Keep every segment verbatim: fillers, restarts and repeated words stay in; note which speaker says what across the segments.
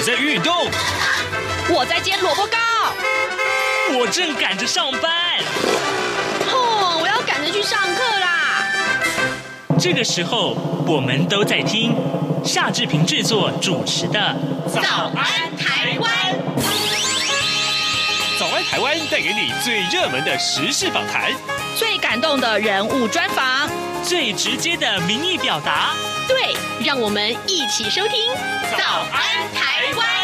Speaker 1: 在运动，
Speaker 2: 我在煎萝卜糕，
Speaker 1: 我正赶着上班。
Speaker 2: 哦，我要赶着去上课啦。
Speaker 1: 这个时候，我们都在听夏志平制作主持的《
Speaker 2: 早安台湾》。
Speaker 1: 早安台湾带给你最热门的时事访谈，
Speaker 2: 最感动的人物专访，
Speaker 1: 最直接的民意表达。
Speaker 2: 对，让我们一起收听《早安台湾》。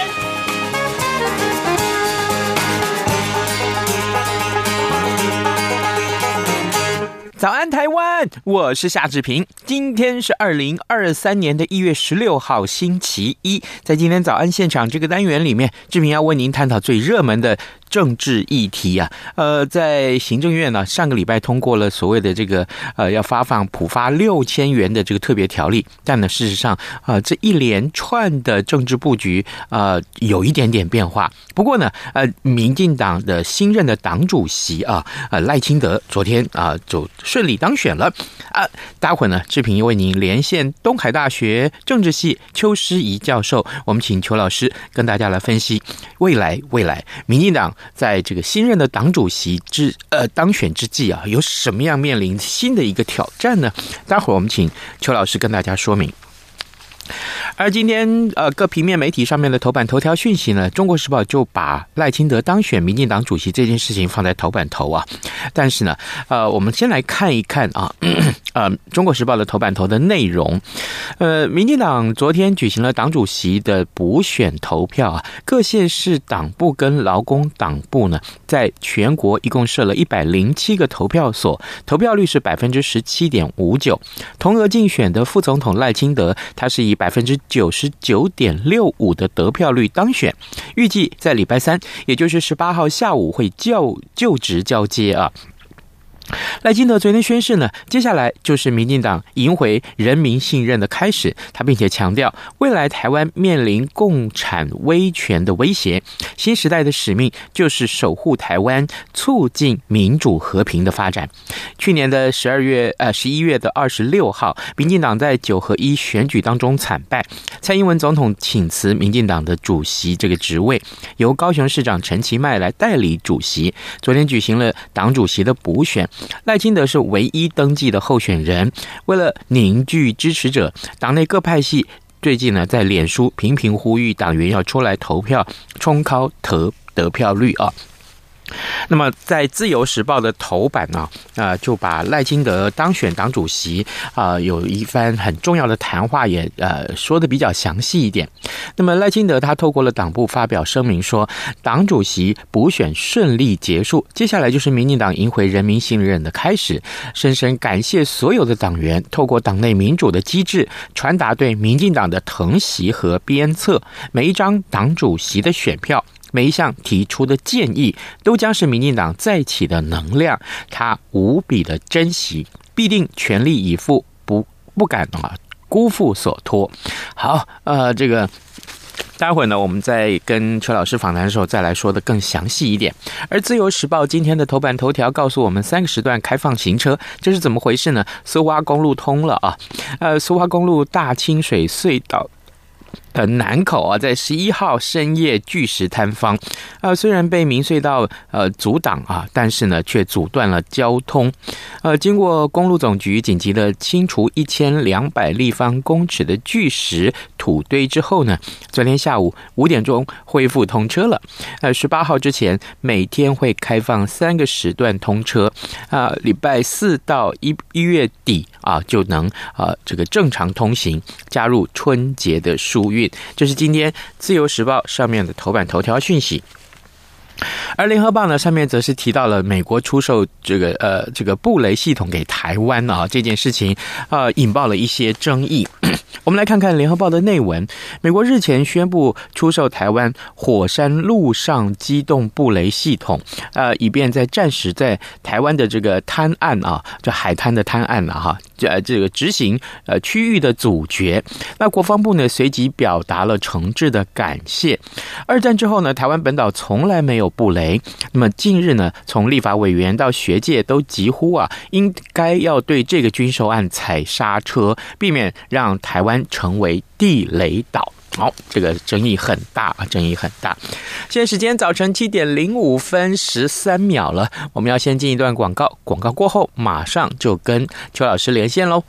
Speaker 3: 早安台湾，我是夏志平。今天是二零二三年的一月十六号星期一，在今天早安现场这个单元里面，志平要为您探讨最热门的政治议题啊。呃，在行政院呢，上个礼拜通过了所谓的这个呃要发放普发六千元的这个特别条例，但呢事实上呃这一连串的政治布局呃有一点点变化。不过呢呃民进党的新任的党主席啊呃赖清德昨天啊、呃、就顺利当选了啊！待会儿呢，志平为您连线东海大学政治系邱诗怡教授，我们请邱老师跟大家来分析未来未来民进党在这个新任的党主席之呃当选之际啊，有什么样面临新的一个挑战呢？待会儿我们请邱老师跟大家说明。而今天呃各平面媒体上面的头版头条讯息呢，中国时报就把赖清德当选民进党主席这件事情放在头版头啊。但是呢呃我们先来看一看啊呃中国时报的头版头的内容。呃民进党昨天举行了党主席的补选投票啊，各县市党部跟劳工党部呢在全国一共设了一百零七个投票所，投票率是 百分之十七点五九。 同额竞选的副总统赖清德，他是以 百分之九十九点六五 的得票率当选，预计在礼拜三，也就是十八号下午会就就职交接啊。赖清德昨天宣誓呢，接下来就是民进党赢回人民信任的开始。他并且强调，未来台湾面临共产威权的威胁，新时代的使命就是守护台湾，促进民主和平的发展。去年的十二月呃十一月的二十六号，民进党在九合一选举当中惨败，蔡英文总统请辞民进党的主席这个职位，由高雄市长陈其迈来代理主席。昨天举行了党主席的补选。赖清德是唯一登记的候选人，为了凝聚支持者，党内各派系最近呢在脸书频频呼吁党员要出来投票，冲高得得票率啊。那么在自由时报的头版呢、啊呃、就把赖清德当选党主席啊、呃、有一番很重要的谈话，也呃说的比较详细一点。那么赖清德他透过了党部发表声明说，党主席补选顺利结束，接下来就是民进党赢回人民信任的开始，深深感谢所有的党员透过党内民主的机制传达对民进党的疼惜和鞭策，每一张党主席的选票，每一项提出的建议都将是民进党再起的能量，他无比的珍惜，必定全力以赴，不不敢啊辜负所托。好，呃，这个待会儿呢，我们在跟邱老师访谈的时候再来说的更详细一点。而自由时报今天的头版头条告诉我们，三个时段开放行车，这是怎么回事呢？苏花公路通了啊，呃，苏花公路大清水隧道的南口啊，在十一号深夜巨石坍方，呃，虽然被民隧道呃阻挡啊，但是呢，却阻断了交通。呃，经过公路总局紧急的清除一千两百立方公尺的巨石土堆之后呢，昨天下午五点钟恢复通车了。呃，十八号之前每天会开放三个时段通车，啊、呃，礼拜四到一一月底啊，就能啊、呃、这个正常通行，加入春节的疏运。这是今天自由时报上面的头版头条讯息。而联合报呢，上面则是提到了美国出售这个呃这个布雷系统给台湾啊这件事情，呃引爆了一些争议。我们来看看联合报的内文。美国日前宣布出售台湾火山陆上机动布雷系统，呃，以便在战时在台湾的这个滩岸啊，这海滩的滩岸啊，哈，这这个执行呃区域的阻绝。那国防部呢，随即表达了诚挚的感谢。二战之后呢，台湾本岛从来没有布雷。那么近日呢，从立法委员到学界都疾呼啊，应该要对这个军售案踩刹车，避免让台湾成为地雷岛。 好、哦，这个争议很大啊，争议很大。现在时间早晨七点零五分十三秒了，我们要先进一段广告，广告过后马上就跟邱老师连线喽。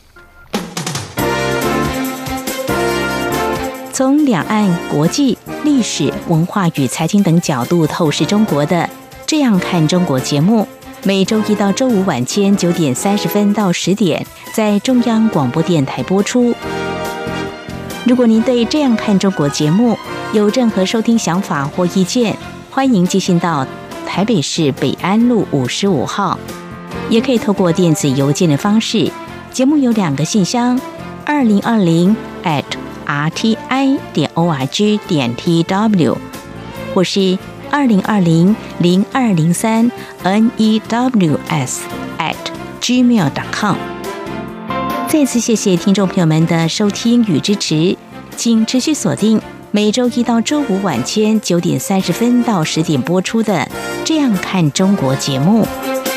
Speaker 4: 从两岸、国际、历史文化与财经等角度透视中国的《这样看中国》节目，每周一到周五晚间九点三十分到十点在中央广播电台播出。如果您对《这样看中国》节目有任何收听想法或意见，欢迎寄信到台北市北安路五十五号，也可以透过电子邮件的方式。节目有两个信箱：二零二零 at r t i 点 o r g 点 t w， 或是二零二零零二零三 n e w s at gmail 点 com。 再次谢谢听众朋友们的收听与支持，请持续锁定每周一到周五晚间九点三十分到十点播出的《这样看中国》节目。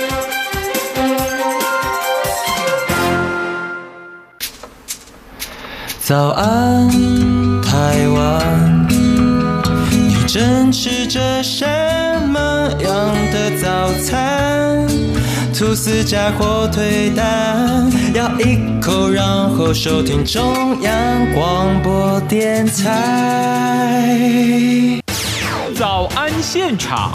Speaker 5: 早安，台湾，你正吃着什么样的早餐？吐司加火腿蛋，咬一口，然后收听中央广播电台。
Speaker 3: 早安现场。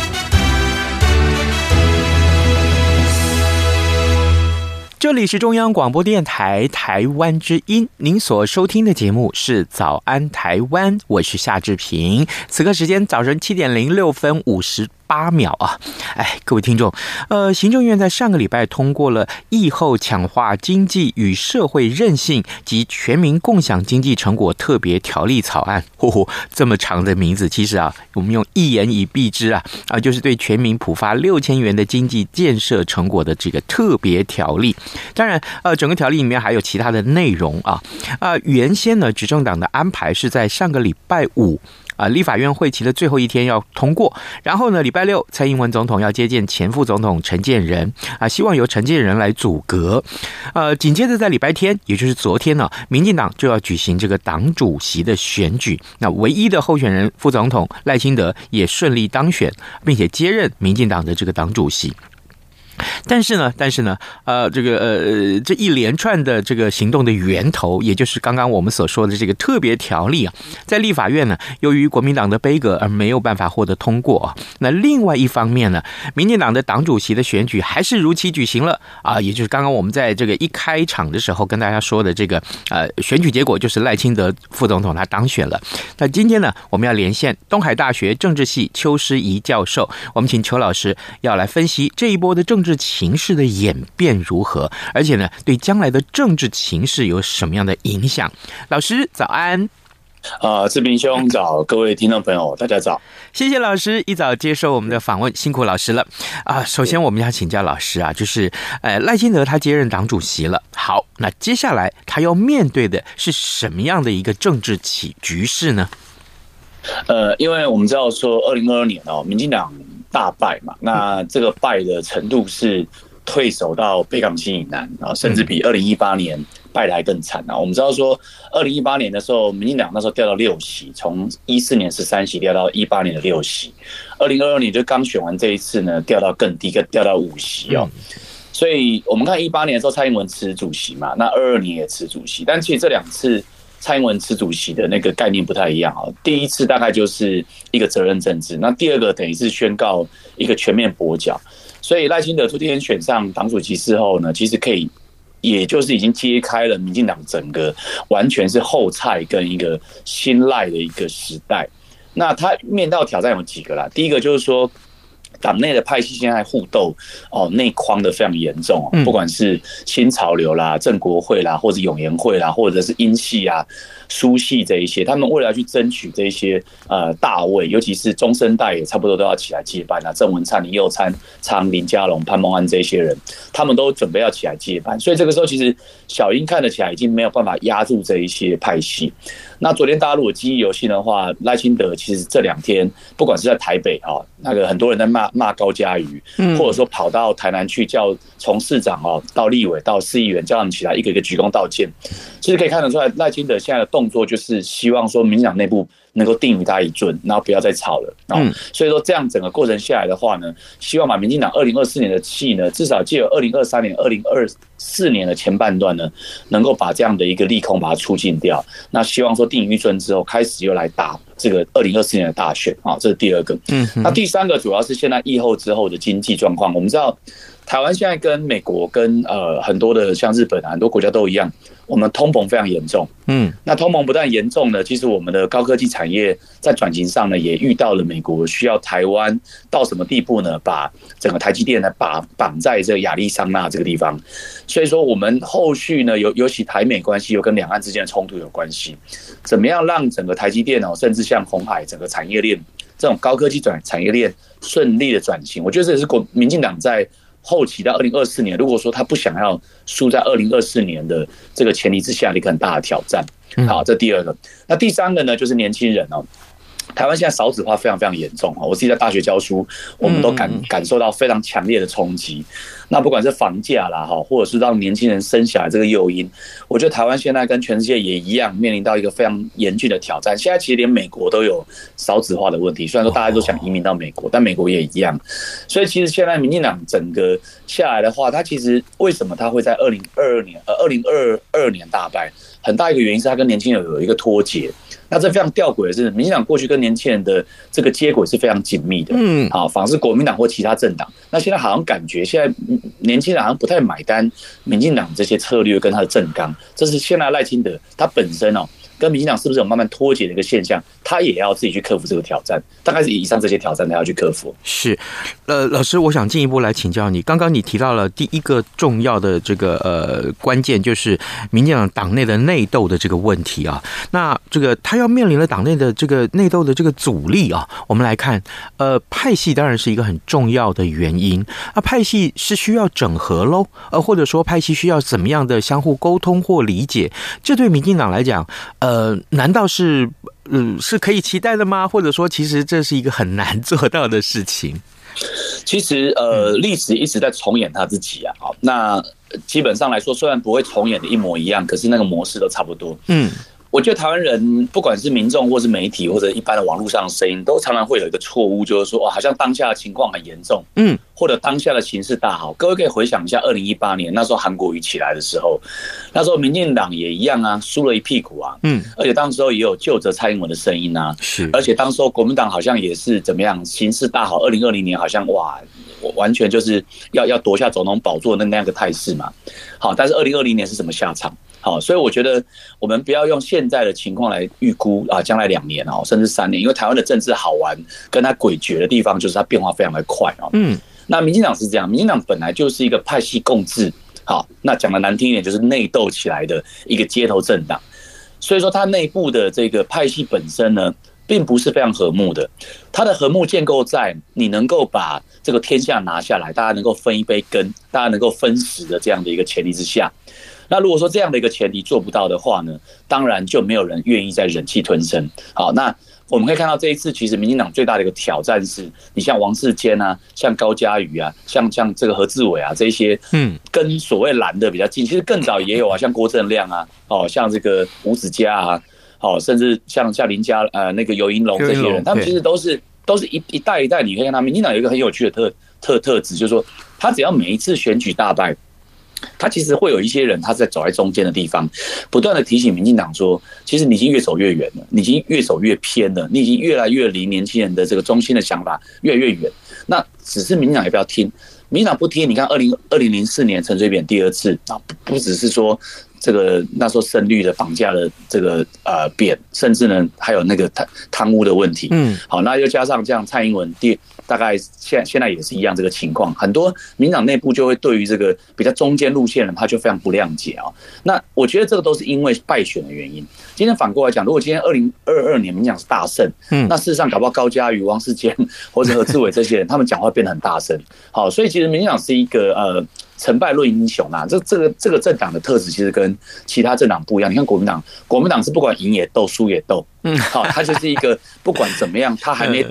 Speaker 3: 这里是中央广播电台台湾之音，您所收听的节目是早安台湾，我是夏志平。此刻时间早晨七点零六分五十八秒啊！哎，各位听众，呃，行政院在上个礼拜通过了疫后强化经济与社会韧性及全民共享经济成果特别条例草案。呼呼，这么长的名字，其实啊，我们用一言以蔽之啊，啊，就是对全民普发六千元的经济建设成果的这个特别条例。当然，呃，整个条例里面还有其他的内容啊。啊，原先呢，执政党的安排是在上个礼拜五。啊，立法院会期的最后一天要通过，然后呢，礼拜六蔡英文总统要接见前副总统陈建仁啊，希望由陈建仁来组阁。呃，紧接着在礼拜天，也就是昨天呢，民进党就要举行这个党主席的选举。那唯一的候选人副总统赖清德也顺利当选，并且接任民进党的这个党主席。但是呢，但是呢，呃，这个呃，这一连串的这个行动的源头，也就是刚刚我们所说的这个特别条例啊，在立法院呢，由于国民党的杯葛而没有办法获得通过啊。那另外一方面呢，民进党的党主席的选举还是如期举行了啊，也就是刚刚我们在这个一开场的时候跟大家说的这个呃选举结果，就是赖清德副总统他当选了。那今天呢，我们要连线东海大学政治系邱诗怡教授，我们请邱老师要来分析这一波的政治情势的演变如何，而且呢，对将来的政治情势有什么样的影响？老师早安。
Speaker 6: 啊，志平兄早，各位听众朋友大家早，
Speaker 3: 谢谢老师一早接受我们的访问，辛苦老师了啊！首先我们要请教老师啊，就是呃赖清德他接任党主席了，好，那接下来他要面对的是什么样的一个政治起局势呢？
Speaker 6: 呃，因为我们知道说二零二二年哦，民进党大败嘛，那这个败的程度是退守到北港西以南啊，甚至比二零一八年败的还更惨啊。我们知道说，二零一八年的时候，民进党那时候掉到六席，从一四年十三席掉到一八年的六席，二零二二年就刚选完这一次呢，掉到更低，掉到五席哦。所以我们看一八年的时候，蔡英文持主席嘛，那二二年也持主席，但其实这两次蔡英文持主席的那个概念不太一样啊。第一次大概就是一个责任政治，那第二个等于是宣告一个全面跛脚。所以赖清德昨天选上党主席之后呢，其实可以，也就是已经揭开了民进党整个完全是后蔡跟一个新赖的一个时代。那他面到挑战有几个啦，第一个就是说，党内的派系现在互斗哦，内框的非常严重，不管是新潮流啦、正国会啦，或者永延会啦，或者是英系啊、苏系这一些，他们为了去争取这些呃大位，尤其是中生代也差不多都要起来接班啊，郑文灿、林右昌、昌、林佳龙、潘孟安这些人，他们都准备要起来接班，所以这个时候其实小英看得起来已经没有办法压住这一些派系。那昨天大家如果记忆犹新的话，赖清德其实这两天不管是在台北啊，那个很多人在骂骂高嘉瑜，或者说跑到台南去叫从市长哦到立委到市议员叫他们起来一个一个鞠躬道歉。其实可以看得出来，赖清德现在的动作就是希望说民进党内部能够定于他一尊，然后不要再吵了。嗯，所以说这样整个过程下来的话呢，希望把民进党二零二四年的气呢，至少借由二零二三年、二零二四年的前半段呢，能够把这样的一个利空把它出尽掉。那希望说定于一尊之后，开始又来打这个二零二四年的大选啊，这是第二个。嗯，那第三个主要是现在疫后之后的经济状况。我们知道，台湾现在跟美国跟呃很多的像日本啊，很多国家都一样，我们通膨非常严重。嗯，那通膨不但严重呢，其实我们的高科技产业在转型上呢，也遇到了美国需要台湾到什么地步呢？把整个台积电呢绑绑在这个亚利桑那这个地方。所以说，我们后续呢，尤尤其台美关系又跟两岸之间的冲突有关系，怎么样让整个台积电哦，甚至像鸿海整个产业链这种高科技转产业链顺利的转型？我觉得这也是国民进党在后期到二零二四年，如果说他不想要输在二零二四年的这个前提之下的一个很大的挑战。好，这第二个。那第三个呢，就是年轻人哦。台湾现在少子化非常非常严重，我自己在大学教书，我们都感感受到非常强烈的冲击。那不管是房价啦，或者是让年轻人生小孩这个诱因，我觉得台湾现在跟全世界也一样，面临到一个非常严峻的挑战。现在其实连美国都有少子化的问题，虽然说大家都想移民到美国，但美国也一样。所以其实现在民进党整个下来的话，它其实为什么它会在二零二二年呃二零二二年大败？很大一个原因是它跟年轻人有一个脱节。那这非常吊诡的是，民进党过去跟年轻人的这个接轨是非常紧密的，嗯，好，反而是国民党或其他政党。那现在好像感觉现在年轻人好像不太买单民进党这些策略跟他的政纲，这是现在赖清德他本身哦。跟民进党是不是有慢慢脱节的一个现象？他也要自己去克服这个挑战，大概是以上这些挑战他要去克服。
Speaker 3: 是，呃，老师，我想进一步来请教你。刚刚你提到了第一个重要的这个呃关键，就是民进党党内的内斗的这个问题啊。那这个他要面临了党内的这个内斗的这个阻力啊。我们来看，呃，派系当然是一个很重要的原因。那派系是需要整合喽，呃，或者说派系需要怎么样的相互沟通或理解？这对民进党来讲，呃，难道是嗯是可以期待的吗？或者说，其实这是一个很难做到的事情？
Speaker 6: 其实，呃，历史一直在重演他自己啊。好，那基本上来说，虽然不会重演的一模一样，可是那个模式都差不多。嗯。我觉得台湾人不管是民众或是媒体或者一般的网络上的声音，都常常会有一个错误，就是说，哇，好像当下的情况很严重，嗯，或者当下的形势大好。各位可以回想一下，二零一八年那时候韩国瑜起来的时候，那时候民进党也一样啊，输了一屁股啊，嗯，而且当时候也有救责蔡英文的声音啊，是，而且当时候国民党好像也是怎么样，形势大好，二零二零年好像哇，完全就是要要夺下总统宝座的那样个态势嘛。好，但是二零二零年是什么下场？好，所以我觉得我们不要用现在的情况来预估啊，将来两年哦，甚至三年，因为台湾的政治好玩，跟它诡谲的地方就是它变化非常的快哦。嗯，那民进党是这样，民进党本来就是一个派系共治，好，那讲的难听一点就是内斗起来的一个街头政党，所以说它内部的这个派系本身呢，并不是非常和睦的，它的和睦建构在你能够把这个天下拿下来，大家能够分一杯羹，大家能够分食的这样的一个前提之下。那如果说这样的一个前提做不到的话呢，当然就没有人愿意再忍气吞声。好，那我们可以看到这一次，其实民进党最大的一个挑战是，你像王世坚啊，像高嘉瑜啊，像像这个何志伟啊，这些，嗯，跟所谓蓝的比较近，其实更早也有啊，像郭正亮啊，哦，像这个吴子嘉啊，哦，甚至像像林家呃那个游盈隆这些人，他们其实都是都是一一代一代，你可以看他民进党有一个很有趣的特特特质，就是说，他只要每一次选举大败。他其实会有一些人，他在走在中间的地方，不断的提醒民进党说，其实你已经越走越远了，你已经越走越偏了，你已经越来越离年轻人的这个中心的想法越来越远。那只是民进党要不要听？民进党不听，你看二零二零零四年陈水扁第二次啊，不只是说这个那时候胜率的绑架了这个呃扁，甚至呢还有那个贪贪污的问题。嗯，好，那又加上这样蔡英文第。大概现现在也是一样这个情况，很多民进党内部就会对于这个比较中间路线人，他就非常不谅解啊。那我觉得这个都是因为败选的原因。今天反过来讲，如果今天二零二二年民进党是大胜，嗯，那事实上搞不好高嘉瑜、王世坚或者何志伟这些人，他们讲话变得很大声。好，所以其实民进党是一个呃成败论英雄啊。这这个这个政党的特质其实跟其他政党不一样。你看国民党，国民党是不管赢也斗，输也斗，嗯，好，他就是一个不管怎么样，他还没。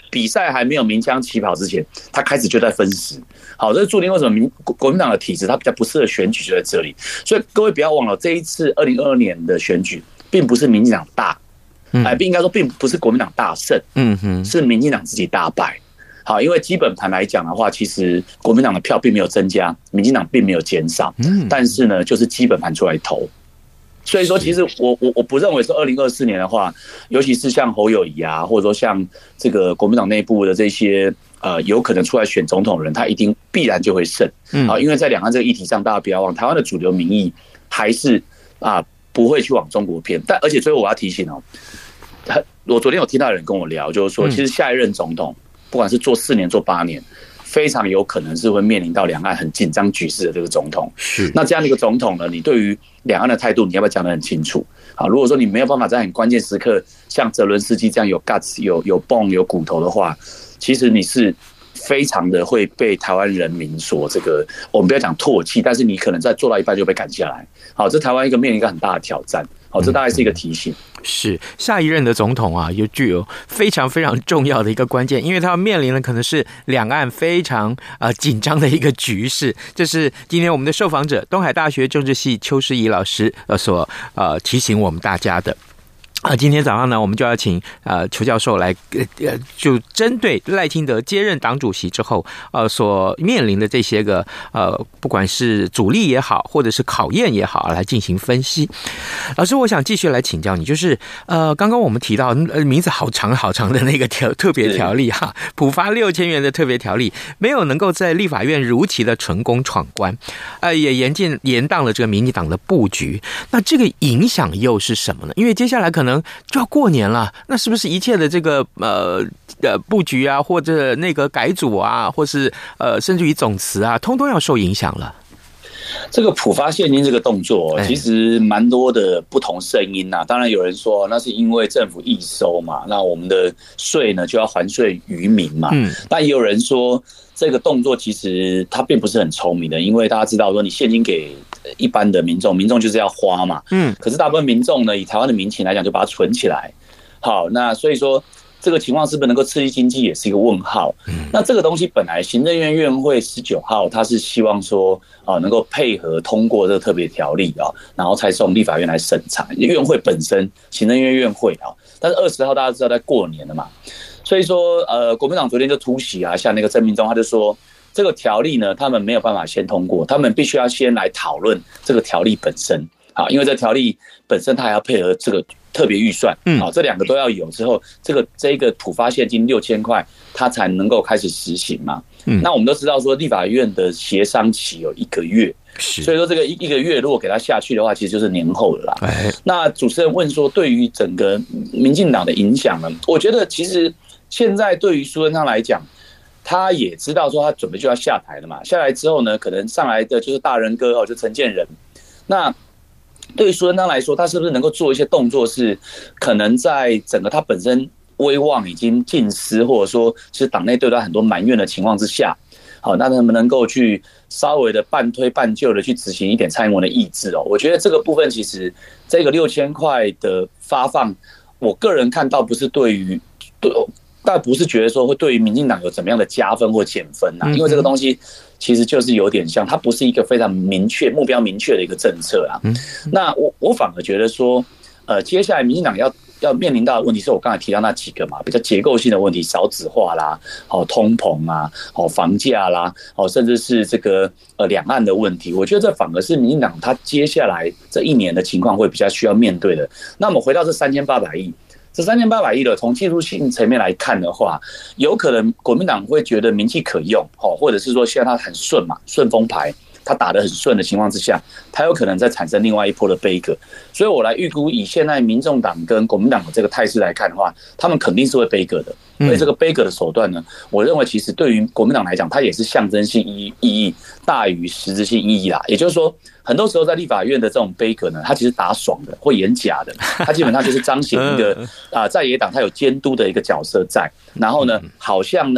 Speaker 6: 比赛还没有鸣枪起跑之前，他开始就在分食。好，这注定为什么民国民党的体制它比较不适合选举就在这里。所以各位不要忘了，这一次二零二二年的选举，并不是民进党大，哎，应该说并不是国民党大胜，嗯哼，是民进党自己大败。好，因为基本盘来讲的话，其实国民党的票并没有增加，民进党并没有减少，但是呢，就是基本盘出来投。所以说，其实我我我不认为说二零二四年的话，尤其是像侯友宜啊，或者说像这个国民党内部的这些呃有可能出来选总统的人，他一定必然就会胜啊，因为在两岸这个议题上，大家不要忘，台湾的主流民意还是啊不会去往中国偏。但而且最后我要提醒哦，我昨天有听到有人跟我聊，就是说，其实下一任总统不管是做四年做八年，非常有可能是会面临到两岸很紧张局势的这个总统。是，那这样的一个总统呢，你对于两岸的态度，你要不要讲得很清楚？好，如果说你没有办法在很关键时刻像泽伦斯基这样有 guts、有有 bone、有骨头的话，其实你是非常的会被台湾人民所这个，我们不要讲唾弃，但是你可能在做到一半就被赶下来。好，这台湾一个面临一个很大的挑战。好，这大概是一个提醒。
Speaker 3: 是下一任的总统啊，有具有非常非常重要的一个关键，因为他面临的可能是两岸非常呃紧张的一个局势。这是今天我们的受访者东海大学政治系邱诗怡老师呃所呃提醒我们大家的。啊，今天早上呢，我们就要请呃邱教授来呃，就针对赖清德接任党主席之后，呃所面临的这些个呃，不管是阻力也好，或者是考验也好，来进行分析。老师，我想继续来请教你，就是呃，刚刚我们提到呃名字好长好长的那个条特别条例哈，普发六千元的特别条例，没有能够在立法院如期的成功闯关，呃，也严禁延宕了这个民进党的布局。那这个影响又是什么呢？因为接下来可能就要过年了，那是不是一切的这个呃呃布局啊，或者那个改组啊，或是呃甚至于总辞啊，通通要受影响了？
Speaker 6: 这个普发现金这个动作，其实蛮多的不同声音呐。当然有人说那是因为政府易收嘛，那我们的税呢就要还税于民嘛。嗯，但也有人说这个动作其实它并不是很聪明的，因为大家知道说你现金给一般的民众，民众就是要花嘛。嗯，可是大部分民众呢，以台湾的民情来讲，就把它存起来。好，那所以说这个情况是不是能够刺激经济，也是一个问号。那这个东西本来行政院院会十九号，他是希望说啊能够配合通过这个特别条例啊，然后才送立法院来审查。院会本身，行政院院会啊，但是二十号大家知道在过年了嘛，所以说呃国民党昨天就突袭啊，像那个郑明忠他就说，这个条例呢，他们没有办法先通过，他们必须要先来讨论这个条例本身。好，因为这条例本身它还要配合这个特别预算，好，这两个都要有之后，这个这个普发现金六千块，它才能够开始实行嘛。那我们都知道说，立法院的协商期有一个月，所以说这个一个月如果给它下去的话，其实就是年后了啦。那主持人问说，对于整个民进党的影响呢？我觉得其实现在对于苏贞昌来讲，他也知道说他准备就要下台了嘛，下来之后呢，可能上来的就是大人哥哦，就陈建仁。那对于苏贞昌来说，他是不是能够做一些动作，是可能在整个他本身威望已经尽失，或者说是党内对他很多埋怨的情况之下，好，那他们能够去稍微的半推半就的去执行一点蔡英文的意志哦？我觉得这个部分其实这个六千块的发放，我个人看到不是对于对。但不是觉得说会对于民进党有怎么样的加分或减分啊，因为这个东西其实就是有点像，它不是一个非常明确、目标明确的一个政策啊。那我我反而觉得说，呃，接下来民进党要要面临到的问题是我刚才提到那几个嘛，比较结构性的问题，少子化啦，哦，通膨啊，哦，房价啦，哦，甚至是这个呃两岸的问题，我觉得这反而是民进党它接下来这一年的情况会比较需要面对的。那我们回到这三千八百亿。这三千八百亿的，从技术性层面来看的话，有可能国民党会觉得名气可用，或者是说现在它很顺嘛，顺风牌，它打得很顺的情况之下，它有可能再产生另外一波的悲歌。所以我来预估，以现在民众党跟国民党的这个态势来看的话，他们肯定是会悲歌的。所以这个悲歌的手段呢，我认为其实对于国民党来讲，它也是象征性意义大于实质性意义啦。也就是说，很多时候在立法院的这种悲歌呢，它其实打爽的或演假的，它基本上就是彰显一个啊在野党它有监督的一个角色在，然后呢，好像呢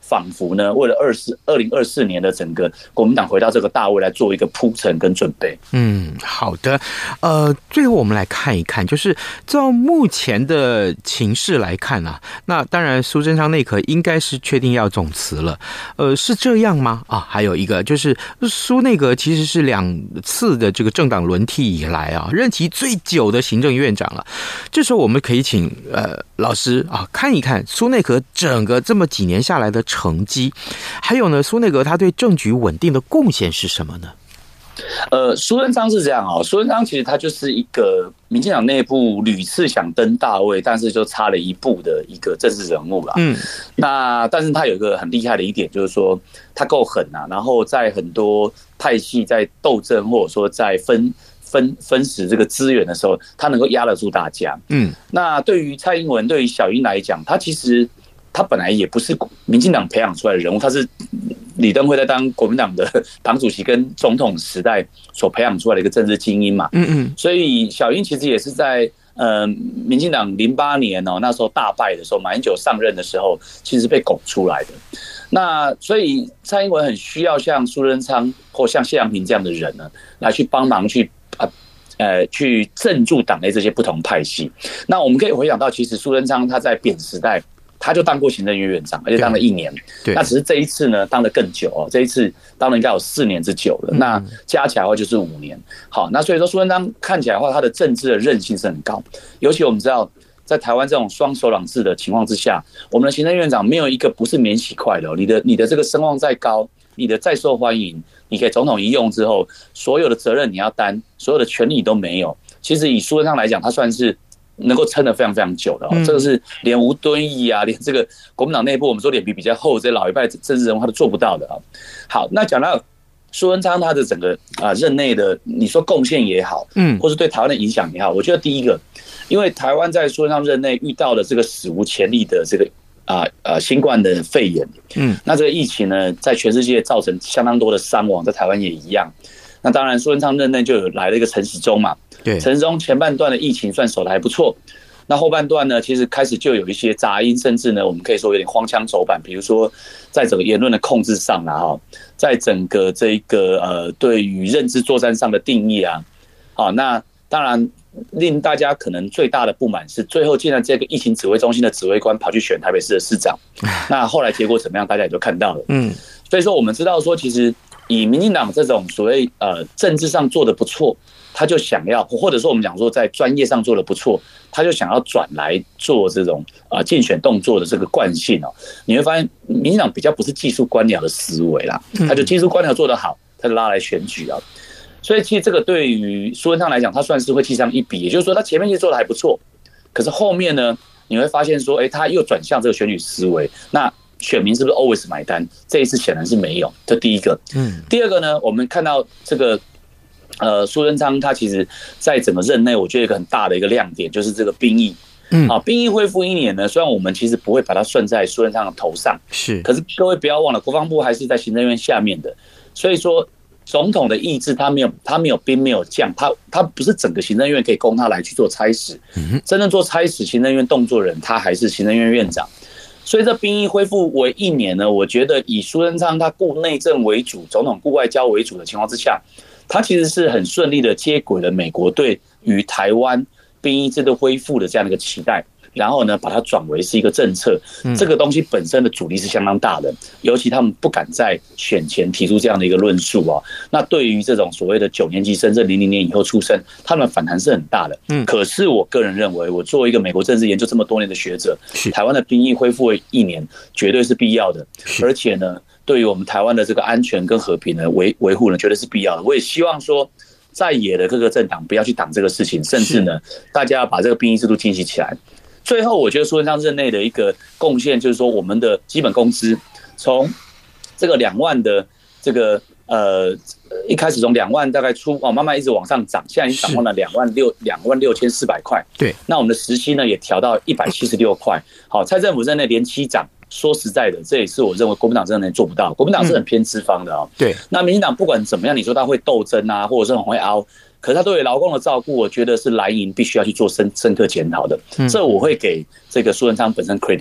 Speaker 6: 仿佛呢，为了二四二零二四年的整个国民党回到这个大位来做一个铺陈跟准备。
Speaker 3: 嗯，好的。呃，最后我们来看一看，就是照目前的情势来看啊，那当然苏贞昌内阁应该是确定要总辞了。呃，是这样吗？啊，还有一个就是苏内阁其实是两次的这个政党轮替以来啊，任期最久的行政院长了。这时候我们可以请呃老师啊看一看苏内阁整个这么几年下来的成绩，还有呢，苏内阁他对政局稳定的贡献是什么呢？
Speaker 6: 呃，苏贞昌是这样哦，苏贞昌其实他就是一个民进党内部屡次想登大位，但是就差了一步的一个政治人物啦。嗯，那但是他有一个很厉害的一点，就是说他够狠啊，然后在很多派系在斗争或者说在分分分食这个资源的时候，他能够压得住大家。嗯，那对于蔡英文、对于小英来讲，他其实他本来也不是民进党培养出来的人物，他是李登辉在当国民党的党主席跟总统时代所培养出来的一个政治精英嘛。嗯嗯，所以小英其实也是在呃民进党零八年哦那时候大败的时候，马英九上任的时候，其实被拱出来的。那所以蔡英文很需要像苏贞昌或像谢阳平这样的人呢，来去帮忙去啊。呃，去镇住党内这些不同派系。那我们可以回想到，其实苏贞昌他在扁时代，他就当过行政院院长，而且当了一年。那只是这一次呢，当了更久哦，这一次当了应该有四年之久了。那加起来的话就是五年。好，那所以说苏贞昌看起来的话，他的政治的韧性是很高。尤其我们知道，在台湾这种双首长制的情况之下，我们的行政院长没有一个不是免洗筷的哦。你的你的这个声望再高，你的再受欢迎，你给总统一用之后，所有的责任你要担，所有的权利都没有。其实以苏贞昌来讲，他算是能够撑得非常非常久的哦。这个是连吴敦义啊，连这个国民党内部我们说脸皮比较厚这些老一辈政治人物他都做不到的啊。好，那讲到苏贞昌他的整个啊任内的，你说贡献也好，嗯，或是对台湾的影响也好，我觉得第一个，因为台湾在苏贞昌任内遇到了这个史无前例的这个。啊呃，新冠的肺炎，嗯，那这个疫情呢，在全世界造成相当多的伤亡，在台湾也一样。那当然，苏贞昌任内就有来了一个陈时中嘛，对，陈时中前半段的疫情算守得还不错，那后半段呢，其实开始就有一些杂音，甚至呢，我们可以说有点荒腔走板，比如说在整个言论的控制上啦，哈，在整个这个呃对于认知作战上的定义啊，好，那当然。令大家可能最大的不满是，最后竟然这个疫情指挥中心的指挥官跑去选台北市的市长，那后来结果怎么样，大家也就看到了。嗯，所以说我们知道说，其实以民进党这种所谓呃政治上做的不错，他就想要，或者说我们讲说在专业上做的不错，他就想要转来做这种啊竞选动作的这个惯性哦。你会发现，民进党比较不是技术官僚的思维啦，他就技术官僚做得好，他就拉来选举啊。所以其实这个对于苏贞昌来讲，他算是会记上一笔，也就是说他前面其实做的还不错，可是后面呢，你会发现说，哎，他又转向这个选举思维，那选民是不是 always 买单？这一次显然是没有，这第一个。嗯，第二个呢，我们看到这个呃苏贞昌他其实在整个任内，我觉得一个很大的一个亮点就是这个兵役。嗯，啊，兵役恢复一年呢，虽然我们其实不会把它算在苏贞昌的头上，是，可是各位不要忘了，国防部还是在行政院下面的，所以说。总统的意志，他没有，他没有兵，没有将，他他不是整个行政院可以供他来去做差使。真正做差使，行政院动作人，他还是行政院院长。所以这兵役恢复为一年呢，我觉得以苏贞昌他顾内政为主，总统顾外交为主的情况之下，他其实是很顺利的接轨了美国对于台湾兵役制度恢复的这样的一个期待。然后呢，把它转为是一个政策，这个东西本身的阻力是相当大的，尤其他们不敢在选前提出这样的一个论述啊。那对于这种所谓的九年级生，这零零年以后出生，他们反弹是很大的。嗯，可是我个人认为，我作为一个美国政治研究这么多年的学者，台湾的兵役恢复为一年，绝对是必要的，而且呢，对于我们台湾的这个安全跟和平呢维维护呢，绝对是必要的。我也希望说。在野的各个政党不要去挡这个事情，甚至呢，大家要把这个兵役制度进行起来。最后，我觉得苏贞昌任内的一个贡献就是说，我们的基本工资从这个两万的这个呃一开始从两万大概出哦，慢慢一直往上涨，现在已经涨到了两万六两万六千四百块。对，那我们的时薪呢也调到一百七十六块。好，蔡政府任内连七涨。说实在的，这也是我认为国民党真的做不到。国民党是很偏资方的啊、哦。对，那民进党不管怎么样，你说他会斗争啊，或者是很会凹，可是他对于劳工的照顾，我觉得是蓝营必须要去做深深刻检讨的。这我会给这个苏贞昌本身 credit。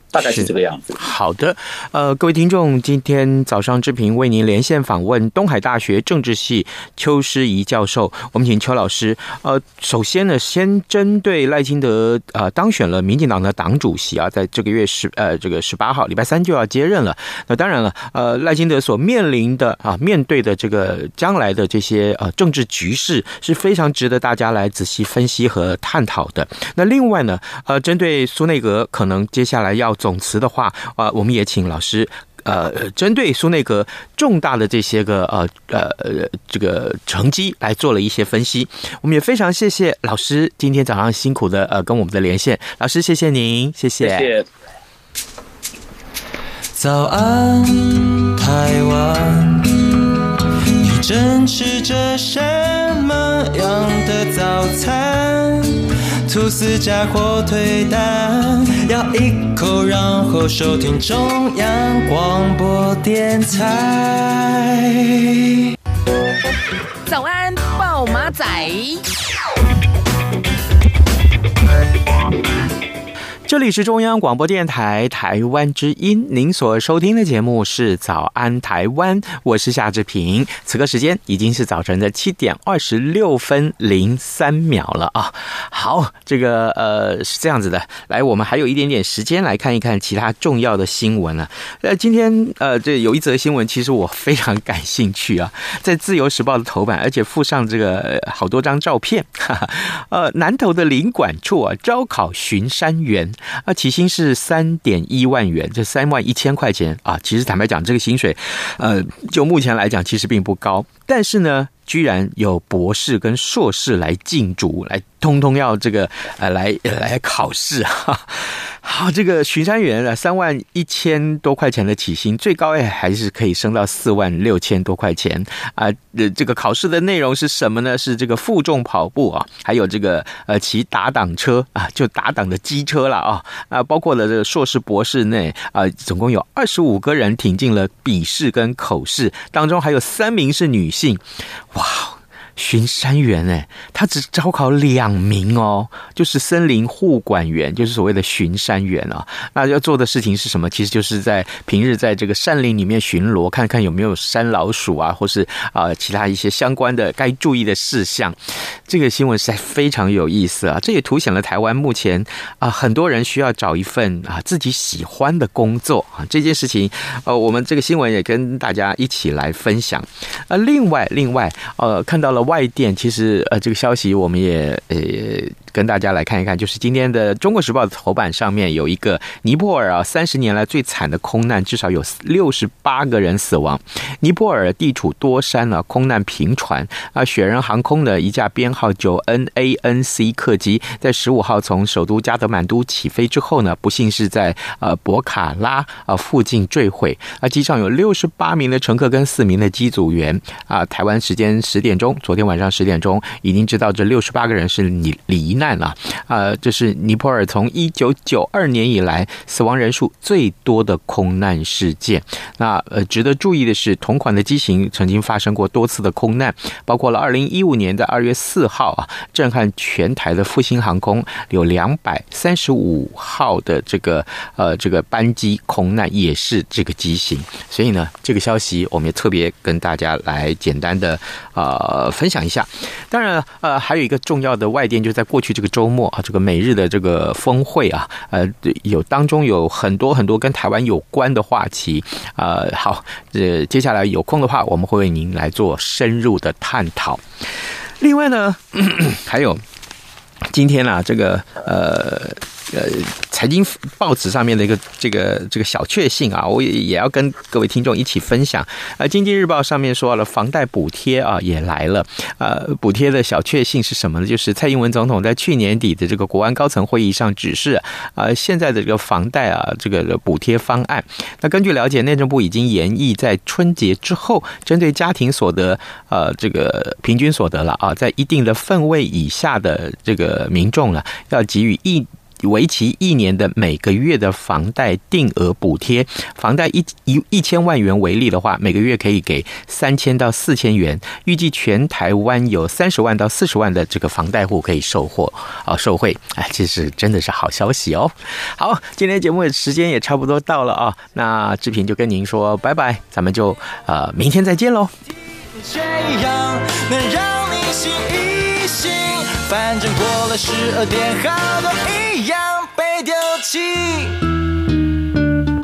Speaker 6: 大概是这个样子。
Speaker 3: 好的，呃，各位听众，今天早上志平为您连线访问东海大学政治系邱诗怡教授，我们请邱老师，呃，首先呢，先针对赖清德呃当选了民进党的党主席啊，在这个月十呃这个十八号礼拜三就要接任了。那当然了，呃，赖清德所面临的啊面对的这个将来的这些呃政治局势是非常值得大家来仔细分析和探讨的。那另外呢，呃，针对苏内阁可能接下来要总辞的话，啊、呃，我们也请老师。呃，针对苏内阁重大的这些个呃呃这个成绩来做了一些分析，我们也非常谢谢老师今天早上辛苦的呃跟我们的连线，老师谢谢您，谢谢。
Speaker 6: 谢谢。
Speaker 5: 早安，台湾，你正吃着什么样的早餐？吐司加火腿蛋，咬一口，然后收听中央广播电台。
Speaker 2: 早安，暴马仔。
Speaker 3: 这里是中央广播电台台湾之音，您所收听的节目是早安台湾，我是夏志平。此刻时间已经是早晨的七点二十六分零三秒了啊。好，这个呃是这样子的，来，我们还有一点点时间来看一看其他重要的新闻了。呃，今天呃这有一则新闻，其实我非常感兴趣啊，在自由时报的头版，而且附上这个、呃、好多张照片。哈哈，呃，南投的领管处啊，招考巡山员。啊，起薪是三点一万元，这三万一千块钱啊。其实坦白讲，这个薪水，呃，就目前来讲，其实并不高。但是呢，居然有博士跟硕士来竞逐，来通通要这个呃来来考试啊。好，这个巡山员啊，三万一千多块钱的起薪，最高哎还是可以升到四万六千多块钱啊。呃，这个考试的内容是什么呢？是这个负重跑步啊，还有这个呃骑打挡车啊，就打挡的机车了啊啊，包括了这个硕士、博士内啊，总共有二十五个人挺进了笔试跟口试，当中还有三名是女性，哇！巡山员哎，他只招考两名哦，就是森林护管员，就是所谓的巡山员啊。那要做的事情是什么？其实就是在平日在这个山林里面巡逻，看看有没有山老鼠啊，或是啊、呃、其他一些相关的该注意的事项。这个新闻实在非常有意思啊！这也凸显了台湾目前啊、呃、很多人需要找一份啊自己喜欢的工作啊。这件事情，呃，我们这个新闻也跟大家一起来分享。呃，另外另外呃看到了。外电其实呃这个消息我们也呃跟大家来看一看，就是今天的《中国时报》的头版上面有一个尼泊尔啊三十年来最惨的空难，至少有六十八个人死亡。尼泊尔地处多山啊，空难频传啊。雪人航空的一架编号九 N A N C 客机在十五号从首都加德满都起飞之后呢，不幸是在呃博卡拉啊附近坠毁啊。机上有六十八名的乘客跟四名的机组员啊。台湾时间十点钟，昨天晚上十点钟已经知道这六十八个人是罹难了啊。这是尼泊尔从一九九二年以来死亡人数最多的空难事件。那呃值得注意的是，同款的机型曾经发生过多次的空难，包括了二零一五年的二月四号啊，震撼全台的复兴航空有两百三十五号的这个呃这个班机空难，也是这个机型。所以呢，这个消息我们也特别跟大家来简单的呃分享一下。当然呃还有一个重要的外电，就在过去这个周末啊，这个美日的这个峰会啊，呃有当中有很多很多跟台湾有关的话题。呃好，呃接下来有空的话，我们会为您来做深入的探讨。另外呢，咳咳还有今天啊，这个呃。呃，财经报纸上面的一个这个这个小确幸啊，我也也要跟各位听众一起分享。呃，经济日报上面说了，房贷补贴啊也来了。呃，补贴的小确幸是什么呢？就是蔡英文总统在去年底的这个国安高层会议上指示，呃，现在的这个房贷啊这个补贴方案。那根据了解，内政部已经研议在春节之后，针对家庭所得呃这个平均所得了啊，在一定的分位以下的这个民众了，要给予一。 为期一年的每个月的房贷定额补贴，房贷一一一千万元为例的话，每个月可以给三千到四千元，预计全台湾有三十万到四十万的这个房贷户可以受获啊受惠，哎，这是真的是好消息哦。好，今天节目的时间也差不多到了啊，那志平就跟您说拜拜，咱们就呃明天再见喽。
Speaker 5: 这样能让你醒一醒，反正过了十二点，好多一样被丢弃。